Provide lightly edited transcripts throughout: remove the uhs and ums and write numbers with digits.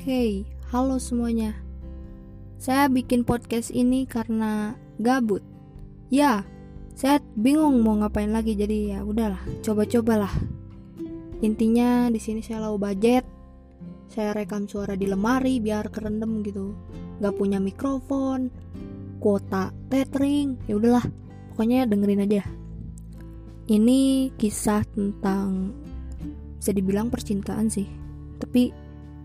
Hey, halo semuanya. Saya bikin podcast ini karena gabut. Ya, saya bingung mau ngapain lagi, jadi ya udahlah, coba-cobalah. Intinya di sini saya low budget. Saya rekam suara di lemari biar kerendam gitu. Gak punya mikrofon, kuota tethering, ya udahlah. Pokoknya dengerin aja. Ini kisah tentang, bisa dibilang percintaan sih, tapi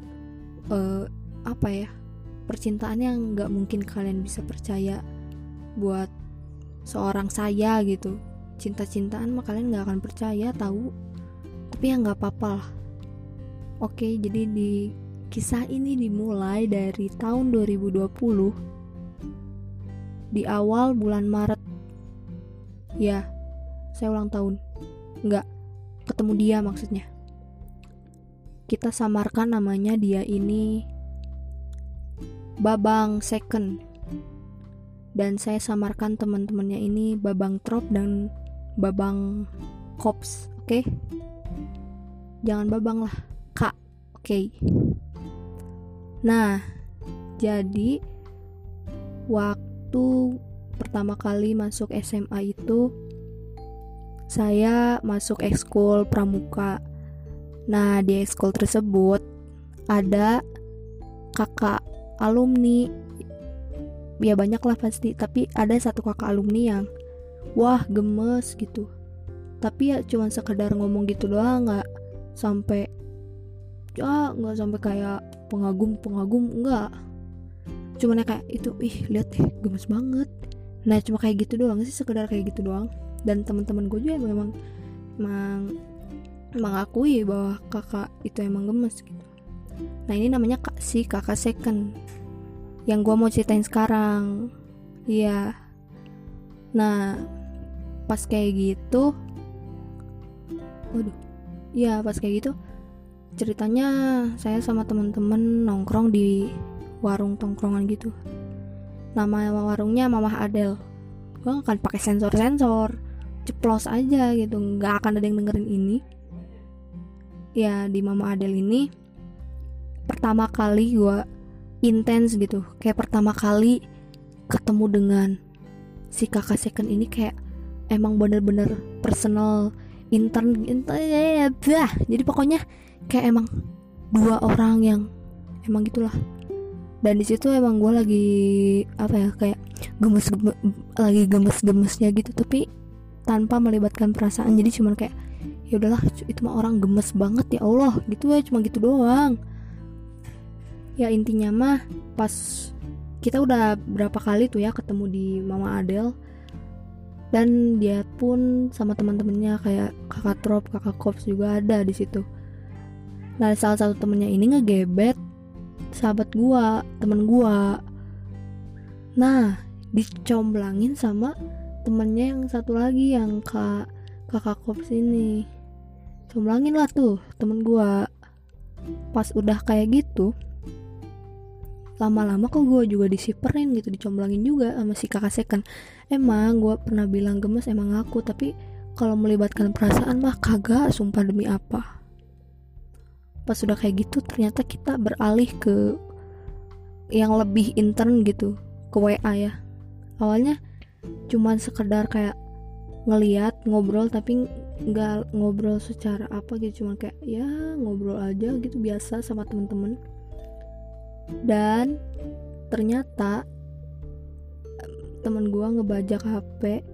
percintaan yang nggak mungkin kalian bisa percaya buat seorang saya gitu. Cinta-cintaan mah kalian nggak akan percaya tahu, tapi ya nggak apa-apa lah. Oke, jadi di kisah ini dimulai dari tahun 2020 di awal bulan Maret. Ya, saya ulang tahun. Nggak ketemu dia maksudnya. Kita samarkan namanya dia ini Babang Second, dan saya samarkan teman-temannya ini Babang Trop dan Babang Kops. Oke? Jangan Babang lah, Kak. Oke. Nah, jadi waktu pertama kali masuk SMA itu saya masuk ekskul pramuka. Nah, di ekskul tersebut ada kakak alumni, ya banyak lah pasti, tapi ada satu kakak alumni yang wah gemes gitu. Tapi ya cuman sekedar ngomong gitu doang, nggak sampai kayak pengagum, enggak. Cuman ya kayak itu, lihat deh gemes banget. Nah, cuma kayak gitu doang sih, sekedar kayak gitu doang. Dan teman-teman gue juga memang mengakui bahwa kakak itu emang gemes gitu. Nah, ini namanya kakak second yang gue mau ceritain sekarang. Iya. Nah, pas kayak gitu ceritanya saya sama teman-teman nongkrong di warung tongkrongan gitu. Nama warungnya Mamah Adel. Gue gak akan pakai sensor, ceplos aja gitu, nggak akan ada yang dengerin ini. Ya, di Mama Adel ini pertama kali gue intens gitu, kayak pertama kali ketemu dengan si kakak second ini, kayak emang bener-bener personal intern ya. Jadi pokoknya kayak emang dua orang yang emang gitulah. Dan di situ emang gue lagi kayak gemes-gemesnya gitu, tapi tanpa melibatkan perasaan. Jadi cuman kayak ya udahlah, itu mah orang gemes banget, ya Allah gitu ya, cuma gitu doang. Ya intinya mah pas kita udah berapa kali tuh ya ketemu di Mama Adel, dan dia pun sama teman-temannya kayak kakak Trop, kakak Kops juga ada di situ. Nah, salah satu temennya ini ngegebet sahabat gua, temen gua. Nah, dicomblangin sama temennya yang satu lagi, yang kakak Kops ini. Comblangin lah tuh temen gua. Pas udah kayak gitu, lama-lama kok gue juga disiperin gitu, dicomblangin juga sama si kakak second. Emang gue pernah bilang gemes, emang aku, tapi kalau melibatkan perasaan mah kagak, sumpah demi apa. Pas udah kayak gitu ternyata kita beralih ke yang lebih intern gitu, ke WA ya. Awalnya cuman sekedar kayak ngeliat, ngobrol, tapi nggak ngobrol secara apa gitu, cuman kayak ya ngobrol aja gitu biasa sama temen-temen. Dan ternyata temen gue ngebajak HP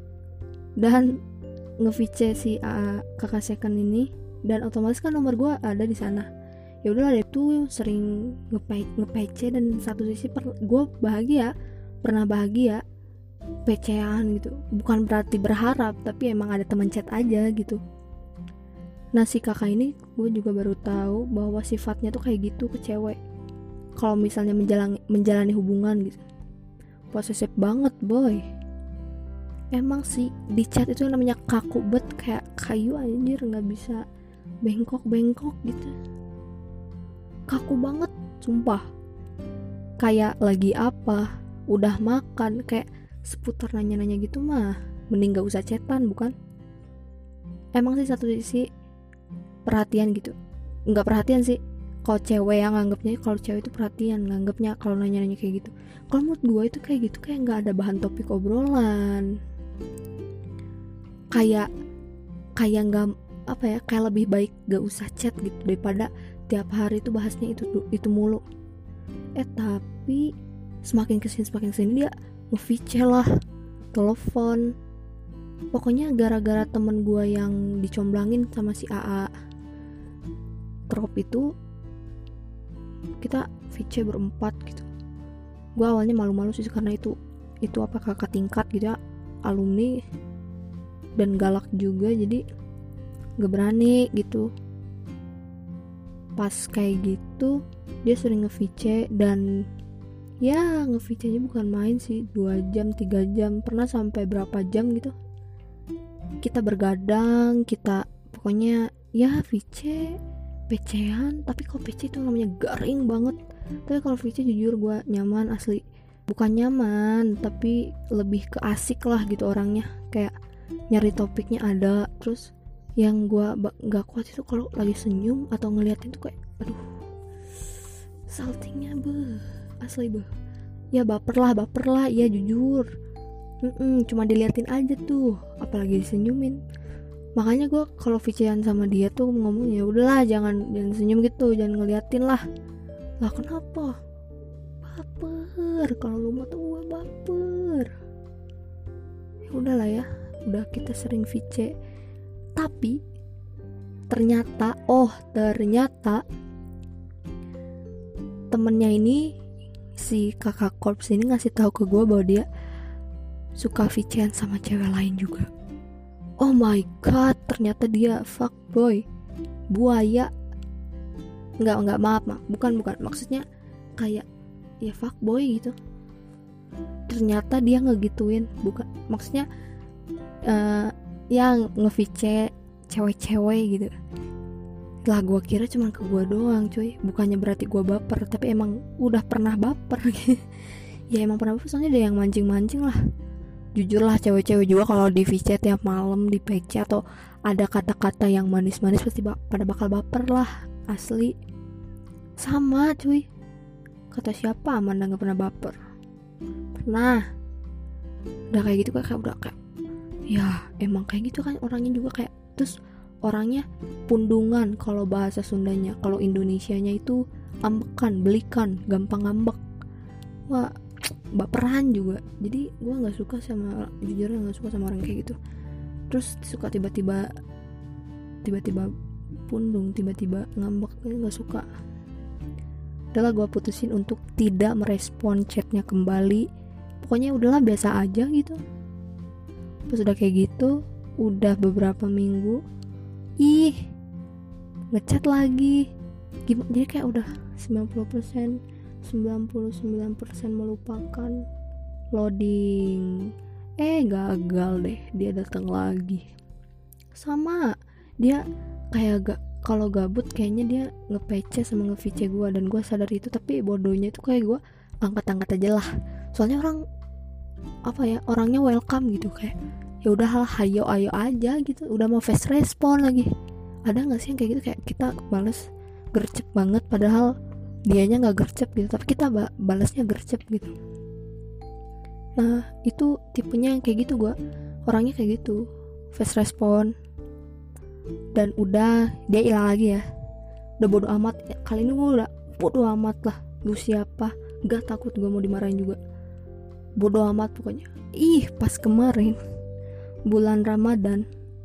dan nge-VC si kakak second ini, dan otomatis kan nomor gue ada di sana. Ya udahlah, dia tuh sering nge-PC, dan satu sisi gue pernah bahagia PC-an gitu. Bukan berarti berharap, tapi emang ada teman chat aja gitu. Nah, si kakak ini gue juga baru tahu bahwa sifatnya tuh kayak gitu ke cewek. Kalau misalnya menjalani hubungan gitu, posesif banget boy. Emang sih di chat itu namanya kaku bet, kayak kayu anjir, nggak bisa bengkok gitu, kaku banget sumpah. Kayak lagi apa, udah makan, kayak seputar nanya-nanya gitu mah mending gak usah chatan, bukan? Emang sih satu sisi perhatian gitu, nggak perhatian sih, Kalau cewek yang nganggapnya, kalau cewek itu perhatian, nganggapnya kalau nanya-nanya kayak gitu. Kalau menurut gue itu kayak gitu, kayak nggak ada bahan topik obrolan, kayak nggak apa ya, kayak lebih baik gak usah chat gitu daripada tiap hari itu bahasnya itu mulu. Tapi semakin kesini dia nge-VC lah, telepon. Pokoknya gara-gara temen gue yang dicomblangin sama si AA Trop itu, kita VC berempat gitu. Gue awalnya malu-malu sih karena itu apa, kakak tingkat gitu ya, alumni, dan galak juga, jadi gak berani gitu. Pas kayak gitu dia sering nge-VC, dan ya nge-VC nya bukan main sih, 2 jam 3 jam, pernah sampai berapa jam gitu. Kita bergadang, kita pokoknya ya VC PC-an. Tapi kalau PC itu namanya garing banget. Tapi kalau VC jujur gue nyaman asli. Bukan nyaman, tapi lebih ke asik lah gitu orangnya. Kayak nyari topiknya ada. Terus yang gue gak kuat itu kalau lagi senyum atau ngeliatin tuh kayak aduh, saltingnya asli ya baper lah ya jujur. Cuma diliatin aja tuh, apalagi disenyumin. Makanya gue kalau VC-an sama dia tuh ngomong ya udahlah, jangan senyum gitu, jangan ngeliatin lah. Lah kenapa? Baper. Kalau lu mau tuh gue baper. Ya udahlah ya, udah kita sering VC. Tapi ternyata temennya ini, si kakak korps ini ngasih tahu ke gue bahwa dia suka VC-an sama cewek lain juga. Oh my god, ternyata dia fuckboy, buaya. Enggak, maaf, bukan, maksudnya kayak ya fuckboy gitu. Ternyata dia ngegituin, bukan, maksudnya yang nge-VC cewek-cewek gitu. Lah gue kira cuma ke gue doang cuy, bukannya berarti gue baper, tapi emang udah pernah baper. Ya emang pernah baper, soalnya ada yang mancing-mancing lah. Jujur lah, cewek-cewek juga kalau di VC tiap malam di PC atau ada kata-kata yang manis-manis pasti pada bakal baper lah, asli. Sama cuy, kata siapa Amanda gak pernah baper? Pernah. Udah kayak gitu kayak udah kayak ya emang kayak gitu kan orangnya juga kayak. Terus orangnya pundungan kalau bahasa Sundanya, kalau Indonesianya itu ambekan, belikan, gampang ngambek. Wah, baperan juga. Jadi gue nggak suka sama, jujurnya nggak suka sama orang kayak gitu. Terus suka tiba-tiba pundung, tiba-tiba ngambek, nggak suka. Udahlah gue putusin untuk tidak merespon chatnya kembali. Pokoknya udahlah biasa aja gitu. Pas udah kayak gitu, udah beberapa minggu, ngechat lagi. Jadi kayak udah 99% melupakan, loading. Gagal deh, dia datang lagi. Sama dia kayak kalau gabut kayaknya dia nge-PC sama nge-VC gue, dan gue sadar itu. Tapi bodohnya itu kayak gue angkat aja lah, soalnya orangnya welcome gitu, kayak ya udah ayo aja gitu, udah mau fast respon lagi. Ada nggak sih yang kayak gitu, kayak kita balas gercep banget padahal dianya nggak gercep gitu, tapi kita balasnya gercep gitu. Nah itu tipenya yang kayak gitu, gue orangnya kayak gitu, fast respon. Dan udah dia hilang lagi ya, udah bodo amat. Kali ini gue udah bodo amat lah, lu siapa, gak takut gue mau dimarahin juga, bodo amat pokoknya. Pas kemarin bulan Ramadan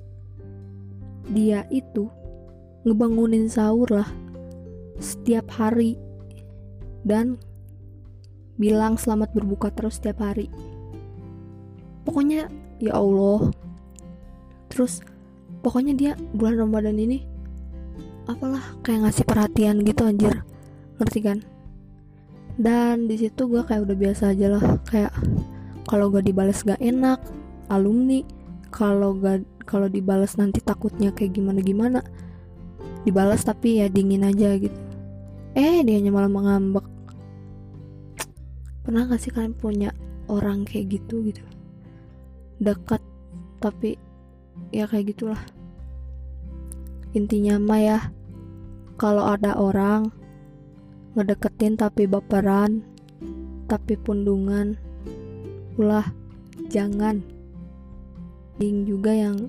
dia itu ngebangunin sahur lah setiap hari dan bilang selamat berbuka terus setiap hari. Pokoknya ya Allah. Terus pokoknya dia bulan Ramadan ini apalah kayak ngasih perhatian gitu anjir, ngerti kan? Dan di situ gue kayak udah biasa aja lah, kayak kalau gak dibalas gak enak, alumni. Kalau dibalas nanti takutnya kayak gimana, dibalas tapi ya dingin aja gitu. Dianya malah mengambek. Pernah gak sih kalian punya orang kayak gitu dekat tapi ya kayak gitulah. Intinya mah ya, kalau ada orang ngedeketin tapi baperan, tapi pundungan, ulah jangan. Ding juga yang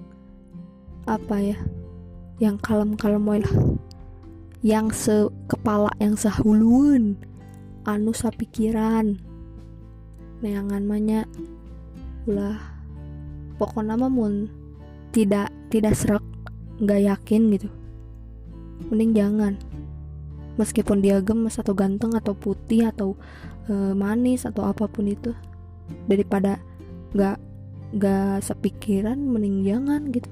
yang kalem-kalem wae lah, yang sekepala, yang sahuluan, anu sapikiran, neangan manya ulah pokoknya mah mun tidak serak, nggak yakin gitu, mending jangan. Meskipun dia gemes atau ganteng atau putih atau manis atau apapun itu, daripada nggak sepikiran, mending jangan gitu.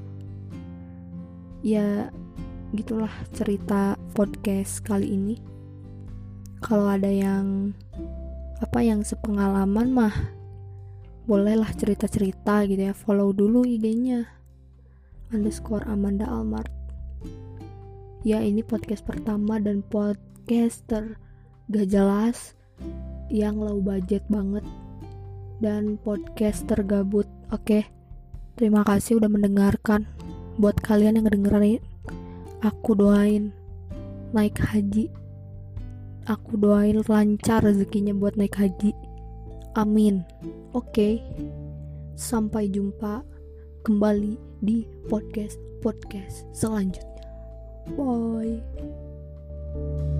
Ya gitulah cerita podcast kali ini. Kalau ada yang sepengalaman mah bolehlah cerita-cerita gitu ya. Follow dulu IG-nya _Amanda_Almart. Ya, ini podcast pertama dan podcaster gak jelas yang low budget banget dan podcaster gabut. Oke, terima kasih udah mendengarkan. Buat kalian yang ngedengerin, aku doain naik haji, aku doain lancar rezekinya buat naik haji, amin. Oke, sampai jumpa kembali di podcast selanjutnya. Bye.